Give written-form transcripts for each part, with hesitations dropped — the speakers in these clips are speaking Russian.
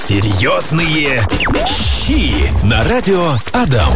Серьезные щи на радио Адам.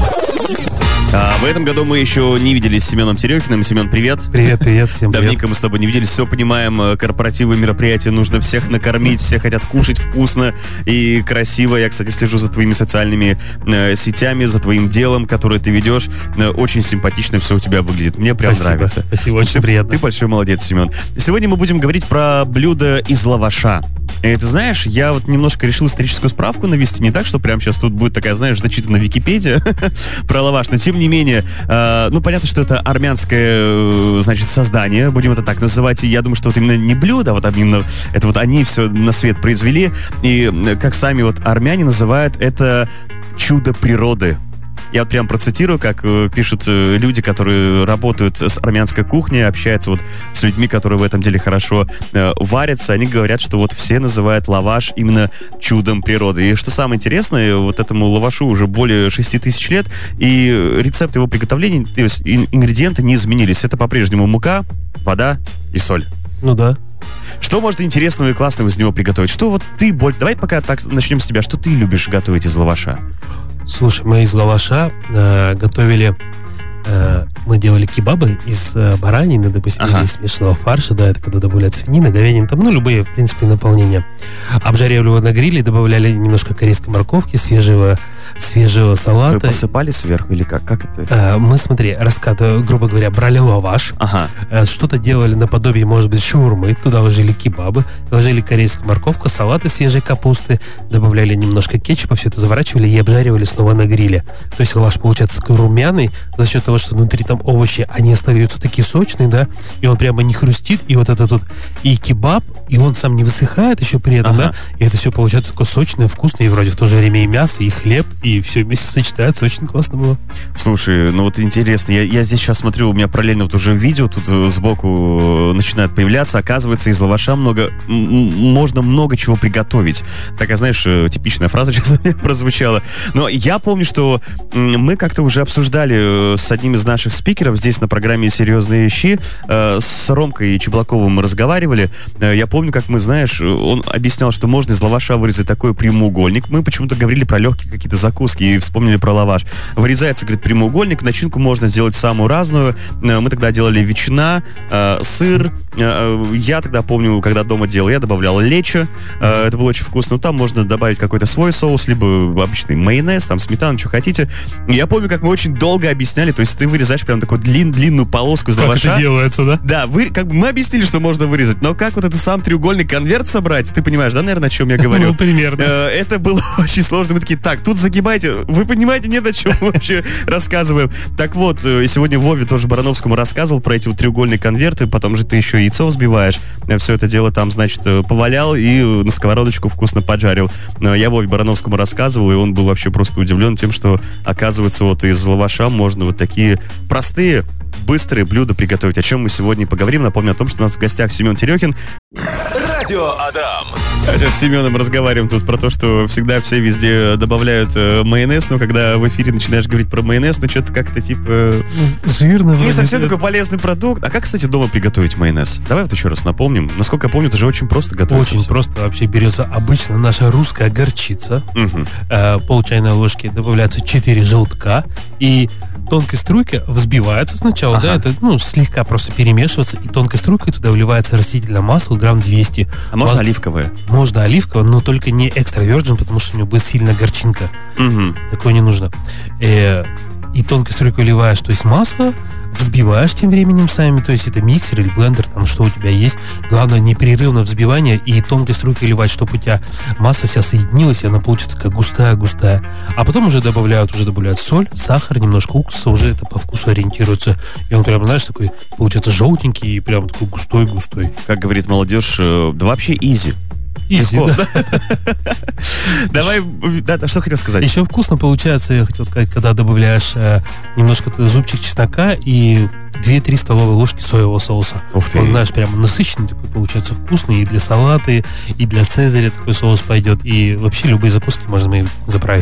В этом году мы еще не виделись с Семеном Терехиным. Семен, привет. Привет, всем привет. Давненько мы с тобой не виделись. Все понимаем, корпоративы, мероприятия, нужно всех накормить, все хотят кушать вкусно и красиво. Я, кстати, слежу за твоими социальными сетями, за твоим делом, которое ты ведешь. Очень симпатично все у тебя выглядит. Мне прям нравится. Спасибо, очень приятно. Ты большой молодец, Семен. Сегодня мы будем говорить про блюдо из лаваша. И ты знаешь, я вот немножко решил историческую справку навести, не так, что прям сейчас тут будет такая, знаешь, зачитана Википедия про лаваш, но тем не менее, понятно, что это армянское, значит, создание, будем это так называть, и я думаю, что вот именно не блюдо, а вот именно это вот они все на свет произвели, и как сами вот армяне называют это чудо природы. Я вот прям процитирую, как пишут люди, которые работают с армянской кухней, общаются вот с людьми, которые в этом деле хорошо варятся. Они говорят, что вот все называют лаваш именно чудом природы. И что самое интересное, вот этому лавашу уже более 6000 лет, и рецепт его приготовления, то есть ингредиенты не изменились. Это по-прежнему мука, вода и соль. Ну да. Что можно интересного и классного из него приготовить? Что вот ты Давай пока так начнем с тебя. Что ты любишь готовить из лаваша? Слушай, мы из лаваша готовили... мы делали кебабы из баранины, допустим, или из смешанного фарша, да, это когда добавляют свинина, говядина, там, любые, в принципе, наполнения. Обжаривали его на гриле, добавляли немножко корейской морковки, свежего салата. Вы посыпали сверху или как? Как это? Мы, смотри, грубо говоря, брали лаваш, что-то делали наподобие, может быть, шаурмы, туда ложили кебабы, ложили корейскую морковку, салат из свежей капусты, добавляли немножко кетчупа, все это заворачивали и обжаривали снова на гриле. То есть лаваш получается такой румяный за счет того, что внутри там овощи, они остаются такие сочные, да, и он прямо не хрустит, и вот этот вот и кебаб, и он сам не высыхает еще при этом, да, и это все получается такое сочное, вкусное, и вроде в то же время и мясо, и хлеб, и все вместе сочетается, очень классно было. Слушай, ну вот интересно, я здесь сейчас смотрю, у меня параллельно вот уже видео тут сбоку начинает появляться, оказывается, из лаваша можно много чего приготовить. Такая, знаешь, типичная фраза сейчас у меня прозвучала. Но я помню, что мы как-то уже обсуждали с одним из наших спикеров здесь на программе «Серьезные щи», с Ромкой Чеблаковым мы разговаривали. Я помню, как мы, знаешь, он объяснял, что можно из лаваша вырезать такой прямоугольник. Мы почему-то говорили про легкие какие-то закуски и вспомнили про лаваш. Вырезается, говорит, прямоугольник, начинку можно сделать самую разную. Мы тогда делали ветчина, сыр. Я тогда помню, когда дома делал, я добавлял лечо. Это было очень вкусно. Там можно добавить какой-то свой соус, либо обычный майонез, там сметану, что хотите. Я помню, как мы очень долго объясняли, то есть ты вырезаешь прям такую длинную полоску из лаваша. Как это делается, да? Да, мы объяснили, что можно вырезать, но как вот этот сам треугольный конверт собрать, ты понимаешь, да, наверное, о чем я говорю? Ну, примерно. Это было очень сложно. Мы такие, так, тут загибайте. Вы понимаете, нет, о чем мы вообще рассказываем. Так вот, сегодня Вове тоже Барановскому рассказывал про эти вот треугольные конверты, потом же ты еще яйцо взбиваешь. Все это дело там, значит, повалял и на сковородочку вкусно поджарил. Я Вове Барановскому рассказывал, и он был вообще просто удивлен тем, что, оказывается, вот из лаваша можно вот такие простые, быстрые блюда приготовить, о чем мы сегодня поговорим. Напомню о том, что у нас в гостях Семен Терехин. Радио Адам. Сейчас с Семеном разговариваем тут про то, что всегда все везде добавляют майонез, но когда в эфире начинаешь говорить про майонез, ну что-то как-то типа... Жирно. Не совсем такой полезный продукт. А как, кстати, дома приготовить майонез? Давай вот еще раз напомним. Насколько я помню, это же очень просто готовится. Очень просто. Вообще берется обычно наша русская горчица. Пол чайной ложки добавляется 4 желтка. И тонкой струйкой взбивается сначала, да, это, слегка просто перемешивается, и тонкой струйкой туда вливается растительное масло, грамм 200. А можно оливковое? Можно оливковое, но только не экстра virgin, потому что у него будет сильная горчинка. Такое не нужно. И тонкой струйкой вливаешь, то есть масло, взбиваешь тем временем сами, то есть это миксер или блендер, там что у тебя есть. Главное, непрерывное взбивание и тонкой струйкой ливать, чтобы у тебя масса вся соединилась, и она получится как густая-густая. А потом уже добавляют соль, сахар, немножко уксуса, уже это по вкусу ориентируется. И он прям, знаешь, такой, получается, желтенький и прям такой густой-густой. Как говорит молодежь, да вообще изи. Легко. Давай, что хотел сказать? Еще вкусно получается, я хотел сказать, когда добавляешь немножко зубчик чеснока и 2-3 столовые ложки соевого соуса. Ух ты. Он, знаешь, прям насыщенный такой, получается вкусный, и для салата, и для цезаря такой соус пойдет, и вообще любые закуски можно заправить.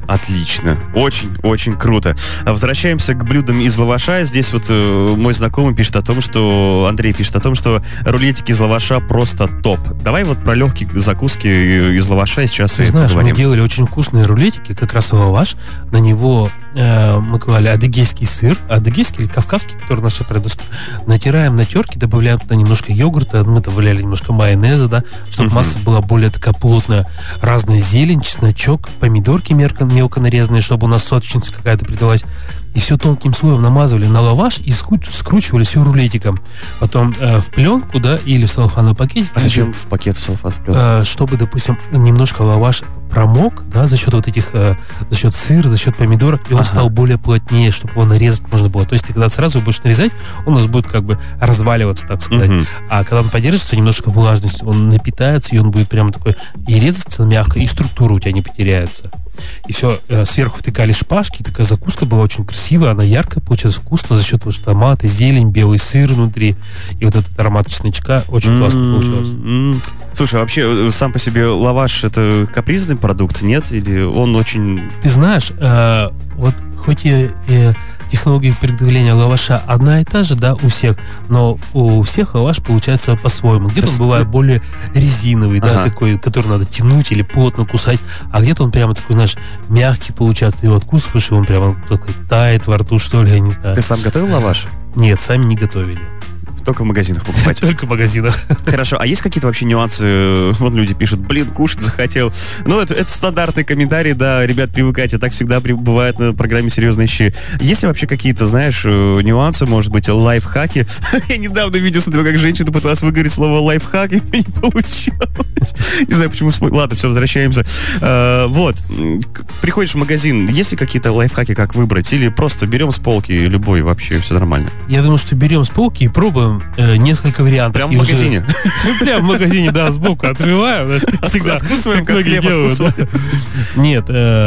Отлично. Очень круто. Возвращаемся к блюдам из лаваша. Здесь вот мой знакомый пишет о том, что... Андрей пишет о том, что рулетики из лаваша просто топ. Давай вот про легкие закуски из лаваша сейчас и знаешь, поговорим. Мы делали очень вкусные рулетики, как раз лаваш. На него мы клали адыгейский сыр, адыгейский или кавказский, который у нас сейчас продают. Натираем на терке, добавляем туда немножко йогурта, мы добавляли немножко майонеза, да, чтобы масса была более такая плотная. Разная зелень, чесночок, помидорки мелко нарезанные, чтобы у нас сочность какая-то придалась. И все тонким слоем намазывали на лаваш и скручивали все рулетиком. Потом в пленку, да, или в целлофановый пакетик. А зачем в пакет в целлофан в пленку? Чтобы, допустим, немножко лаваш промок, да, за счет вот этих, за счет сыра, за счет помидорок, и он стал более плотнее, чтобы его нарезать можно было. То есть ты когда сразу будешь нарезать, он у нас будет как бы разваливаться, так сказать. А когда он подержится, немножко влажность, он напитается, и он будет прямо такой, и резаться мягко, и структура у тебя не потеряется. И все, сверху втыкали шпажки, такая закуска была очень красивая, она яркая, получилась вкусно за счет томата, зелень, белый сыр внутри, и вот этот аромат чесночка очень классно получилось. Слушай, а вообще сам по себе лаваш это капризный продукт, нет? Или он очень... Ты знаешь, вот хоть и технология приготовления лаваша одна и та же, да, у всех, но у всех лаваш получается по-своему. Где-то он бывает более резиновый, да, такой, который надо тянуть или плотно кусать, а где-то он прямо такой, знаешь, мягкий получается. Ты его откусываешь, и он прямо тает во рту, что ли, я не знаю. Ты сам готовил лаваш? Нет, сами не готовили. Только в магазинах покупать. Только в магазинах. Хорошо, а есть какие-то вообще нюансы? Вот люди пишут, кушать захотел. Ну, это стандартный комментарий, да, ребят, привыкайте, так всегда бывает на программе «Серьезные щи». Есть ли вообще какие-то, знаешь, нюансы, может быть, лайфхаки? Я недавно видео смотрел, как женщина пыталась выговорить слово лайфхак, и не получалось. Не знаю, почему. Ладно, все, возвращаемся. Вот, приходишь в магазин, есть ли какие-то лайфхаки, как выбрать? Или просто берем с полки любой, вообще все нормально? Я думаю, что берем с полки и пробуем несколько вариантов. Прямо в магазине? Прямо в магазине, да, сбоку отрываем. Всегда. Откусываем, как хлеб откусываем. Нет,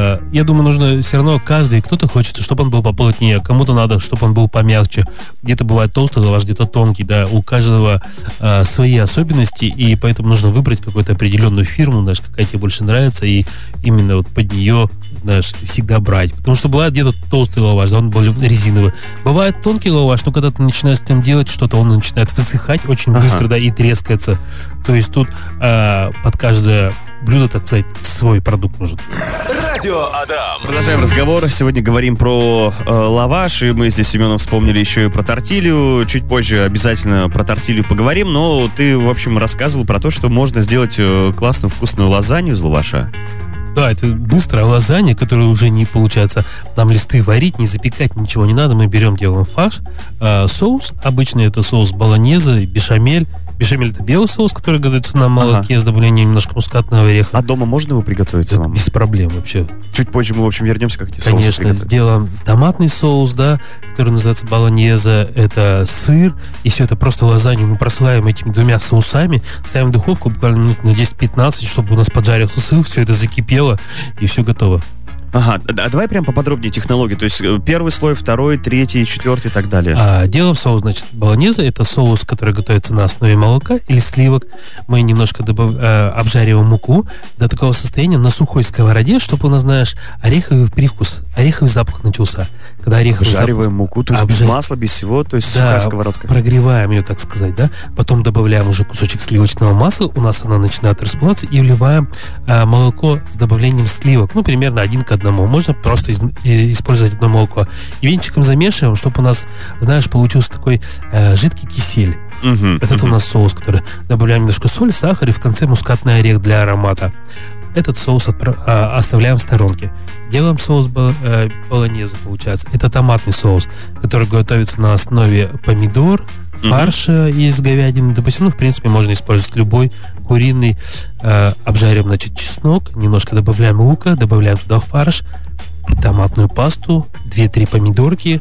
я думаю, нужно все равно каждый, кто-то хочет, чтобы он был поплотнее, кому-то надо, чтобы он был помягче. Где-то бывает толстый лаваш, где-то тонкий, да, у каждого свои особенности, и поэтому нужно выбрать какую-то определенную фирму, знаешь, какая тебе больше нравится, и именно вот под нее, знаешь, всегда брать. Потому что бывает где-то толстый лаваш, да, он более резиновый. Бывает тонкий лаваш, но когда ты начинаешь с ним делать что-то, он начинает высыхать очень быстро, да, и трескается. То есть тут под каждое блюдо, так сказать, свой продукт нужен. Радио Адам. Продолжаем разговор. Сегодня говорим про лаваш, и мы здесь с Семеном вспомнили еще и про тортилью. Чуть позже обязательно про тортилью поговорим, но ты, в общем, рассказывал про то, что можно сделать классную вкусную лазанью из лаваша. Да, это быстрая лазанья, которая уже не получается нам листы варить, не запекать, ничего не надо. Мы берем, делаем фарш, соус. Обычно это соус болоньезе, бешамель. Бешамель — это белый соус, который готовится на молоке с добавлением немножко мускатного ореха. А дома можно его приготовить самому? Без проблем вообще. Чуть позже мы, в общем, вернемся, как эти соусы Конечно, приготовить. сделаем томатный соус, да, который называется болоньезе. Это сыр. И все это просто лазанью мы прослаиваем этими двумя соусами, ставим в духовку буквально минут на 10-15, чтобы у нас поджарился сыр, все это закипело, и все готово. Ага, а давай прям поподробнее технологии. То есть первый слой, второй, третий, четвертый и так далее. Делаем соус, значит, болоньезе. Это соус, который готовится на основе молока или сливок. Мы немножко обжариваем муку до такого состояния на сухой сковороде, чтобы у нас, знаешь, ореховый привкус, ореховый запах начался. Когда ореховый обжариваем запах, муку, то есть без масла, без всего, то есть да, сухая сковородка. Прогреваем ее, так сказать, да. Потом добавляем уже кусочек сливочного масла, у нас она начинает расплываться, и вливаем молоко с добавлением сливок. Ну, примерно 1 к 1. Можно просто использовать одно молоко. И венчиком замешиваем, чтобы у нас, знаешь, получился такой жидкий кисель. Это у нас соус, который добавляем немножко соль, сахар и в конце мускатный орех для аромата. Этот соус оставляем в сторонке. Делаем соус болоньезе, получается. Это томатный соус, который готовится на основе помидор, фарша из говядины. Допустим, в принципе, можно использовать любой куриный. Обжариваем, значит, чеснок, немножко добавляем лука, добавляем туда фарш, томатную пасту, 2-3 помидорки,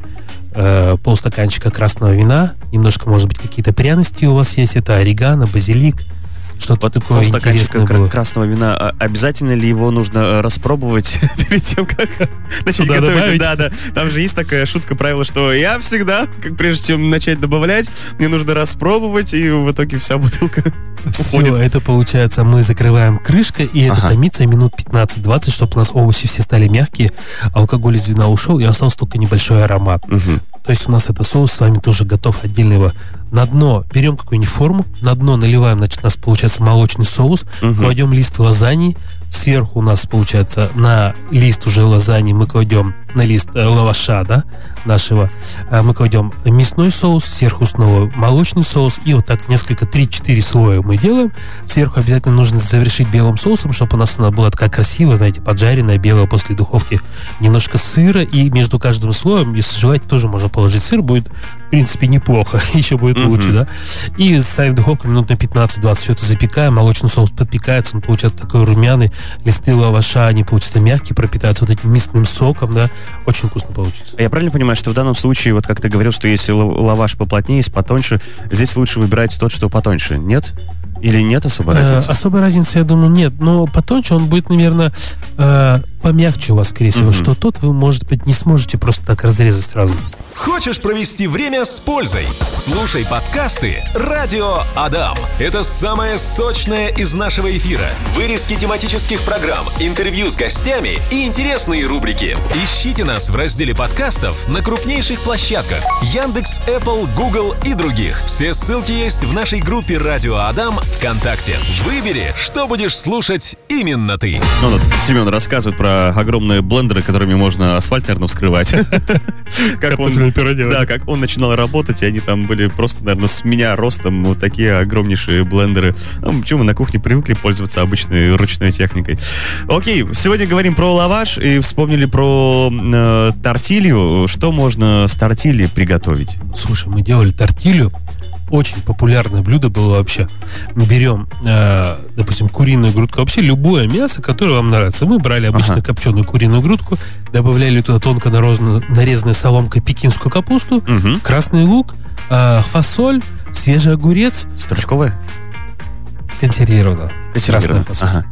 полстаканчика красного вина, немножко, может быть, какие-то пряности у вас есть. Это орегано, базилик, что-то Вот такое интересное было. Красного вина, обязательно ли его нужно распробовать перед тем, как начать Туда готовить? добавить? Да. Там же есть такая шутка, правило, что я всегда, прежде чем начать добавлять, мне нужно распробовать, и в итоге вся бутылка уходит. Все, это получается, мы закрываем крышкой, и это томится минут 15-20, чтобы у нас овощи все стали мягкие, алкоголь из вина ушел, и остался только небольшой аромат. То есть у нас этот соус с вами тоже готов отдельного. На дно берем какую-нибудь форму, на дно наливаем, значит, у нас получается молочный соус, кладем лист лазаньи, сверху у нас получается на лист уже лазаньи мы кладем, на лист лаваша, да, нашего, мы кладем мясной соус, сверху снова молочный соус, и вот так несколько, 3-4 слоя мы делаем. Сверху обязательно нужно завершить белым соусом, чтобы у нас она была такая красивая, знаете, поджаренная, белая после духовки. Немножко сыра, и между каждым слоем, если желаете, тоже можно положить сыр, будет, в принципе, неплохо, еще будет лучше, да. И ставим в духовку минут на 15-20, все это запекаем, молочный соус подпекается, он получается такой румяный, листы лаваша, они получаются мягкие, пропитаются вот этим мясным соком, да, очень вкусно получится. Я правильно понимаю, что в данном случае, вот как ты говорил, что если лаваш поплотнее, есть потоньше, здесь лучше выбирать тот, что потоньше, нет? Или нет особой разницы? Особой разницы, я думаю, нет. Но потоньше он будет, наверное, помягче у вас, скорее всего, что тот вы, может быть, не сможете просто так разрезать сразу. Хочешь провести время с пользой? Слушай подкасты «Радио Адам». Это самое сочное из нашего эфира. Вырезки тематических программ, интервью с гостями и интересные рубрики. Ищите нас в разделе подкастов на крупнейших площадках Яндекс, Apple, Google и других. Все ссылки есть в нашей группе «Радио Адам» ВКонтакте. Выбери, что будешь слушать именно ты. Ну вот Семен рассказывает про огромные блендеры, которыми можно асфальт, наверное, вскрывать. Как он начинал работать, и они там были просто, наверное, с меня ростом, вот такие огромнейшие блендеры. Ну, почему мы на кухне привыкли пользоваться обычной ручной техникой. Окей, сегодня говорим про лаваш и вспомнили про тортилью. Что можно с тортильей приготовить? Слушай, мы делали тортилью. Очень популярное блюдо было вообще. Мы берем, допустим, куриную грудку, вообще любое мясо, которое вам нравится. Мы брали обычно копченую куриную грудку, добавляли туда тонко нарезанную соломкой пекинскую капусту, красный лук, фасоль, свежий огурец. Стручковая? Консервированная. Красная фасоль.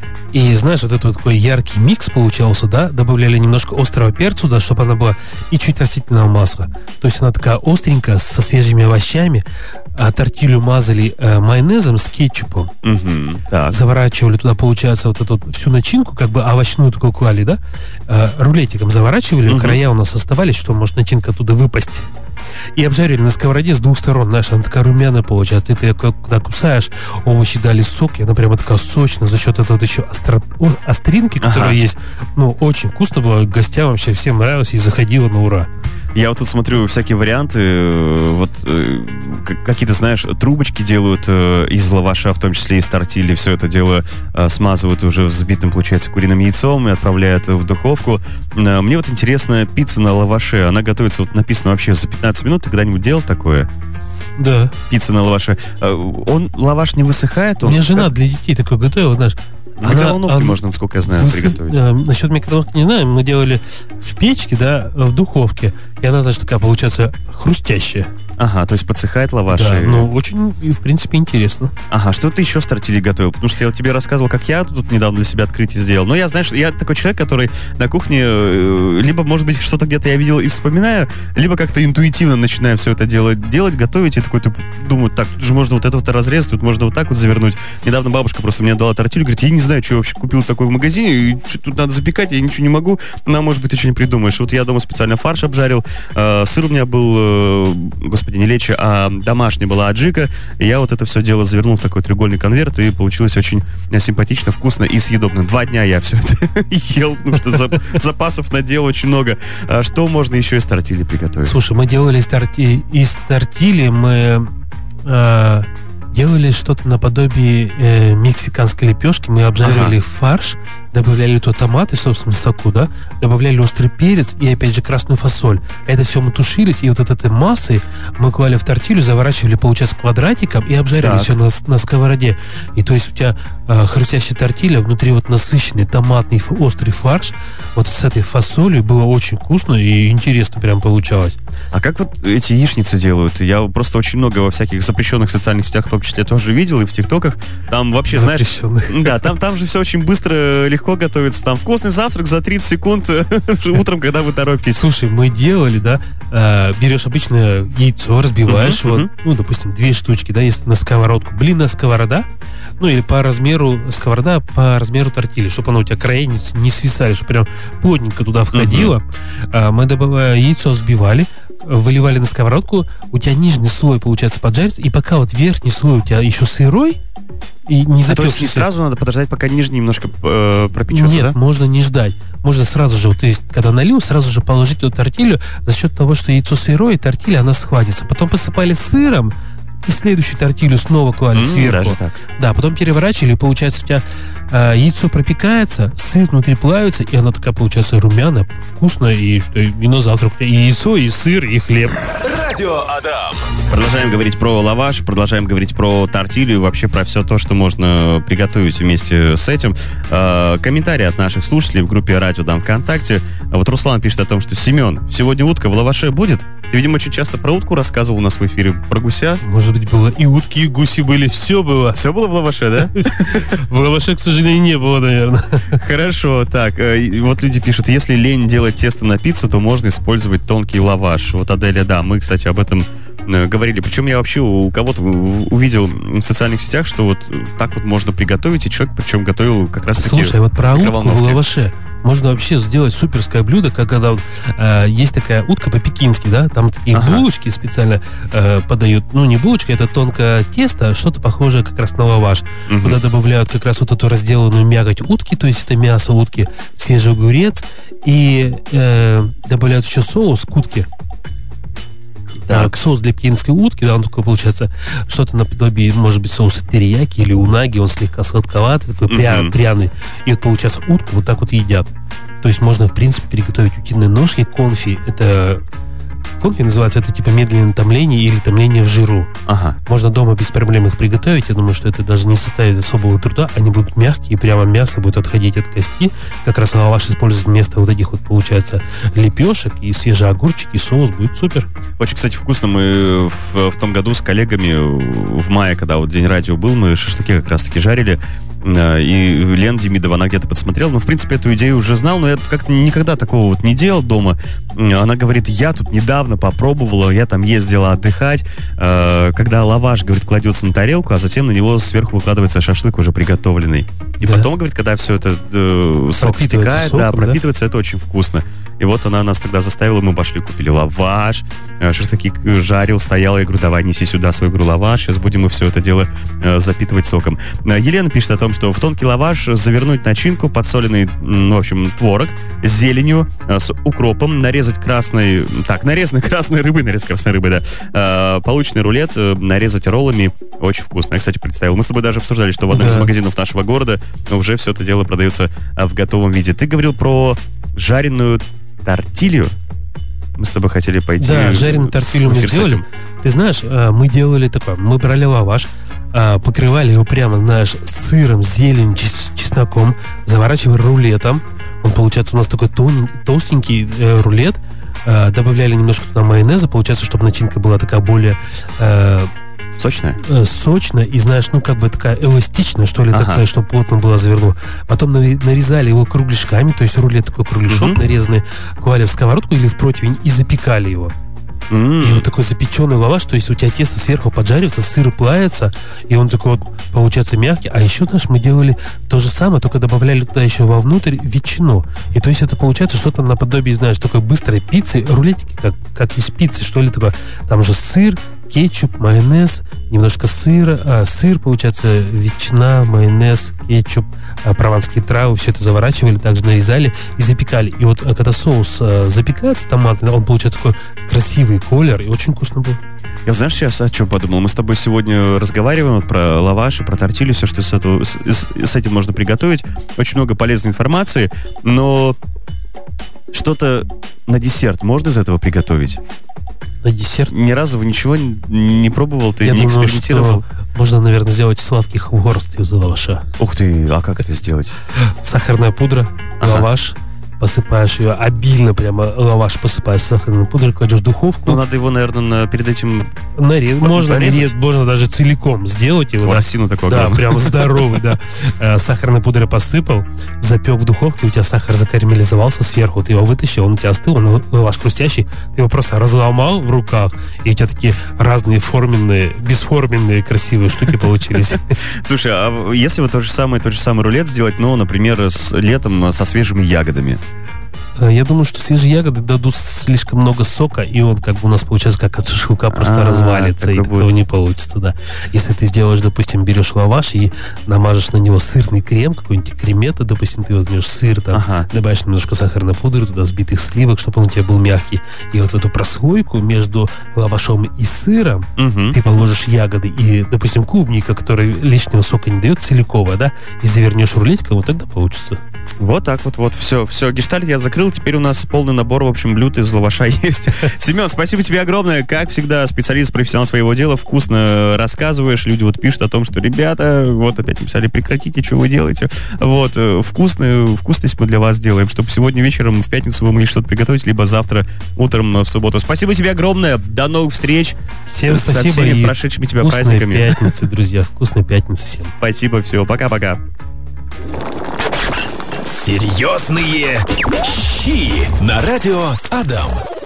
И, знаешь, вот этот такой яркий микс получался, да, добавляли немножко острого перца, да, чтобы она была, и чуть растительного масла. То есть она такая остренькая, со свежими овощами, а тортилью мазали майонезом с кетчупом. Заворачивали туда, получается, вот эту всю начинку, как бы овощную такую клали, да, рулетиком заворачивали, края у нас оставались, что может начинка оттуда выпасть. И обжарили на сковороде с двух сторон. Знаешь, она такая румяная получается. Ты когда кусаешь, овощи дали сок, и она прямо такая сочная. За счет этого еще остринки, которая есть. Ну, очень вкусно было. Гостям вообще всем нравилось и заходило на ура. Я вот тут смотрю всякие варианты, вот какие-то, знаешь, трубочки делают из лаваша, в том числе из тортильи, все это дело смазывают уже взбитым, получается, куриным яйцом и отправляют в духовку. Мне вот интересно, пицца на лаваше, она готовится, вот написано вообще за 15 минут, ты когда-нибудь делал такое? Да. Пицца на лаваше. Лаваш не высыхает? У меня жена для детей такое готовила, знаешь. В микроволновке можно, насколько я знаю, приготовить. Насчет микроволновки не знаю. Мы делали в печке, да, в духовке. И она, значит, такая получается хрустящая. Ага, то есть подсыхает лаваш. Да, ну очень, в принципе, интересно. Ага, что ты еще с тортильей готовил? Потому что я вот тебе рассказывал, как я тут недавно для себя открытие сделал. Но я, знаешь, я такой человек, который на кухне либо, может быть, что-то где-то я видел и вспоминаю, либо как-то интуитивно начинаю все это делать, готовить, и такой думаю, так, тут же можно вот это вот разрезать, тут можно вот так вот завернуть. Недавно бабушка просто мне дала тортилью, говорит, я не знаю, что я вообще купил такой в магазине, и что тут надо запекать, я ничего не могу. Ну, может быть, ты что не придумаешь. Вот я дома специально фарш обжарил, сыр у меня был, господи, не лечи, а домашняя была аджика, и я вот это все дело завернул в такой треугольный конверт, и получилось очень симпатично, вкусно и съедобно. 2 дня я все это ел, потому что запасов надел очень много. Что можно еще из тортильи приготовить? Слушай, мы делали из тортильи, мы делали что-то наподобие мексиканской лепешки. Мы обжаривали фарш, добавляли туда томаты, собственно, соку, да, добавляли острый перец и, опять же, красную фасоль. Это все мы тушились, и вот этой массой мы клали в тортилью, заворачивали, получается, квадратиком и обжарили все на сковороде. И то есть у тебя хрустящая тортилья, внутри вот насыщенный томатный острый фарш, вот с этой фасолью было очень вкусно и интересно прям получалось. А как вот эти яичницы делают? Я просто очень много во всяких запрещенных социальных сетях, в том числе, тоже видел, и в ТикТоках. Там вообще, знаешь... Да, там же все очень быстро, легко готовится. Там вкусный завтрак за 30 секунд утром, когда вы торопитесь. Слушай, мы делали, да, берешь обычное яйцо, разбиваешь его, ну, допустим, 2 штучки, да, если на сковородку. Блинная сковорода, ну, или по размеру сковорода, по размеру тортили, чтобы оно у тебя края не свисали, чтобы прям плотненько туда входило. Мы яйцо взбивали, выливали на сковородку, у тебя нижний слой, получается, поджарится, и пока вот верхний слой у тебя еще сырой, и не запекся. То есть не сразу надо подождать, пока нижний немножко пропечется, Нет, да? можно не ждать. Можно сразу же, вот, то есть, когда налил, сразу же положить эту тортилью. За счет того, что яйцо сырое, и тортилья, она схватится. Потом посыпали сыром, и следующую тортилью снова клали сверху. Даже так. Да, потом переворачивали, и получается, у тебя яйцо пропекается, сыр внутри плавится, и она такая, получается, румяная, вкусная, и что, и на завтрак и яйцо, и сыр, и хлеб. Радио Адам. Продолжаем говорить про лаваш, продолжаем говорить про тортилью, вообще про все то, что можно приготовить вместе с этим. Комментарии от наших слушателей в группе Радио Дам ВКонтакте. Вот Руслан пишет о том, что Семен, сегодня утка в лаваше будет? Ты, видимо, очень часто про утку рассказывал у нас в эфире, про гуся. Может быть, было и утки, и гуси были, все было. Все было в лаваше, да? В лаваше, к сожалению, не было, наверное. Хорошо, так, вот люди пишут, если лень делать тесто на пиццу, то можно использовать тонкий лаваш. Вот Аделя, да, мы, кстати, об этом говорили. Причем я вообще у кого-то увидел в социальных сетях, что вот так вот можно приготовить, и человек, причем готовил как раз таки. Слушай, вот про утку в лаваше можно вообще сделать суперское блюдо, когда вот, есть такая утка по-пекински, да, там такие булочки специально подают, ну не булочки, это тонкое тесто, что-то похожее как раз на лаваш, куда добавляют как раз вот эту разделанную мякоть утки, то есть это мясо утки, свежий огурец, и добавляют еще соус к утке. Так, соус для пекинской утки, да, он такой получается что-то наподобие, может быть, соуса терияки или унаги, он слегка сладковатый, такой пряный. И вот получается утку вот так вот едят. То есть можно, в принципе, приготовить утиные ножки, конфи. Это конфи называется, это типа медленное томление или томление в жиру. Можно дома без проблем их приготовить. Я думаю, что это даже не составит особого труда. Они будут мягкие, и прямо мясо будет отходить от кости. Как раз лаваш использует вместо вот этих вот, получается, лепешек, и свежий огурчик, и соус будет супер. Очень, кстати, вкусно. Мы в том году с коллегами в мае, когда вот День радио был, мы шашлыки как раз-таки жарили. И Лена Демидова, она где-то подсмотрела. Ну, в принципе, эту идею уже знал, но я как-то никогда такого вот не делал дома. Она говорит, я тут недавно попробовала, я там ездила отдыхать. Когда лаваш, говорит, кладется на тарелку, а затем на него сверху выкладывается шашлык уже приготовленный. И потом, говорит, когда все это сок стекает, пропитывается, это очень вкусно. И вот она нас тогда заставила, мы пошли, купили лаваш, шашлыки жарил, стоял, я говорю, давай неси сюда свой, говорю, лаваш, сейчас будем мы все это дело запитывать соком. Елена пишет о том, что в тонкий лаваш завернуть начинку, подсоленный, в общем, творог с зеленью, с укропом, нарезать красной рыбой, да, полученный рулет нарезать роллами, очень вкусно. Я, кстати, представил. Мы с тобой даже обсуждали, что в одном из магазинов нашего города уже все это дело продается в готовом виде. Ты говорил про жареную тортилью. Мы с тобой хотели пойти. Да, жареную тортилью мы сделали. Ты знаешь, мы делали такое. Мы брали лаваш, покрывали его прямо, знаешь, сыром, зеленью, чесноком, заворачивали рулетом. Он, получается, у нас такой толстенький рулет. Добавляли немножко туда майонеза, получается, чтобы начинка была такая более... Сочная? Сочная и, знаешь, ну, как бы такая эластичная, что ли, так сказать, чтобы плотно было завернуло. Потом нарезали его кругляшками, то есть рулет такой кругляшок нарезанный, клали в сковородку или в противень и запекали его. И вот такой запеченный лаваш, то есть у тебя тесто сверху поджаривается, сыр плавится, и он такой вот получается мягкий. А еще, знаешь, мы делали то же самое, только добавляли туда еще вовнутрь ветчину. И то есть это получается что-то наподобие, знаешь, такой быстрой пиццы, рулетики, как из пиццы, что ли, такое. Там же сыр, кетчуп, майонез, немножко сыра, сыр, получается, ветчина, майонез, кетчуп, прованские травы, все это заворачивали, также нарезали и запекали. И вот когда соус запекается, томатный, он получается такой красивый колер, и очень вкусно был. Я, знаешь, сейчас о чем подумал? Мы с тобой сегодня разговариваем вот про лаваш и про тортилью, все, что с этим можно приготовить. Очень много полезной информации, но что-то на десерт можно из этого приготовить? На десерт? Ни разу ничего не пробовал, ты не Что экспериментировал? можно, наверное, сделать сладкий хворост из лаваша. Ух ты, а как это сделать? Сахарная пудра, лаваш посыпаешь ее обильно, прямо лаваш посыпаешь сахарной пудрой, кладешь в духовку. Ну, надо его, наверное, перед этим можно даже целиком сделать его. Лосину такого. Да, прям здоровый, да. Сахарной пудрой посыпал, запек в духовке, у тебя сахар закарамелизовался сверху, ты его вытащил, он у тебя остыл, он лаваш хрустящий, ты его просто разломал в руках, и у тебя такие разные форменные, бесформенные, красивые штуки получились. Слушай, а если вот тот же самый рулет сделать, ну, например, летом со свежими ягодами? Я думаю, что свежие ягоды дадут слишком много сока, и он как бы у нас получается как от шашлыка просто развалится, и такого не получится, да. Если ты сделаешь, допустим, берешь лаваш и намажешь на него сырный крем, какой-нибудь кремета, допустим, ты возьмешь сыр, там, добавишь немножко сахарной пудры, туда взбитых сливок, чтобы он у тебя был мягкий, и вот в эту прослойку между лавашом и сыром ты положишь ягоды и, допустим, клубника, которая лишнего сока не дает, целиковая, да, и завернешь рулетиком, вот тогда получится. Вот так вот, все, гештальт я закрыл, теперь у нас полный набор, в общем, блюд из лаваша есть. Семен, спасибо тебе огромное, как всегда, специалист, профессионал своего дела, вкусно рассказываешь, люди вот пишут о том, что, ребята, вот опять написали, прекратите, что вы делаете, вот, вкусность мы для вас делаем, чтобы сегодня вечером, в пятницу вы могли что-то приготовить, либо завтра утром в субботу. Спасибо тебе огромное, до новых встреч. Всем спасибо. Со всеми прошедшими тебя праздниками. Вкусной пятницы, друзья, вкусной пятницы всем. Спасибо, все, пока-пока. Серьезные щи на радио Адам.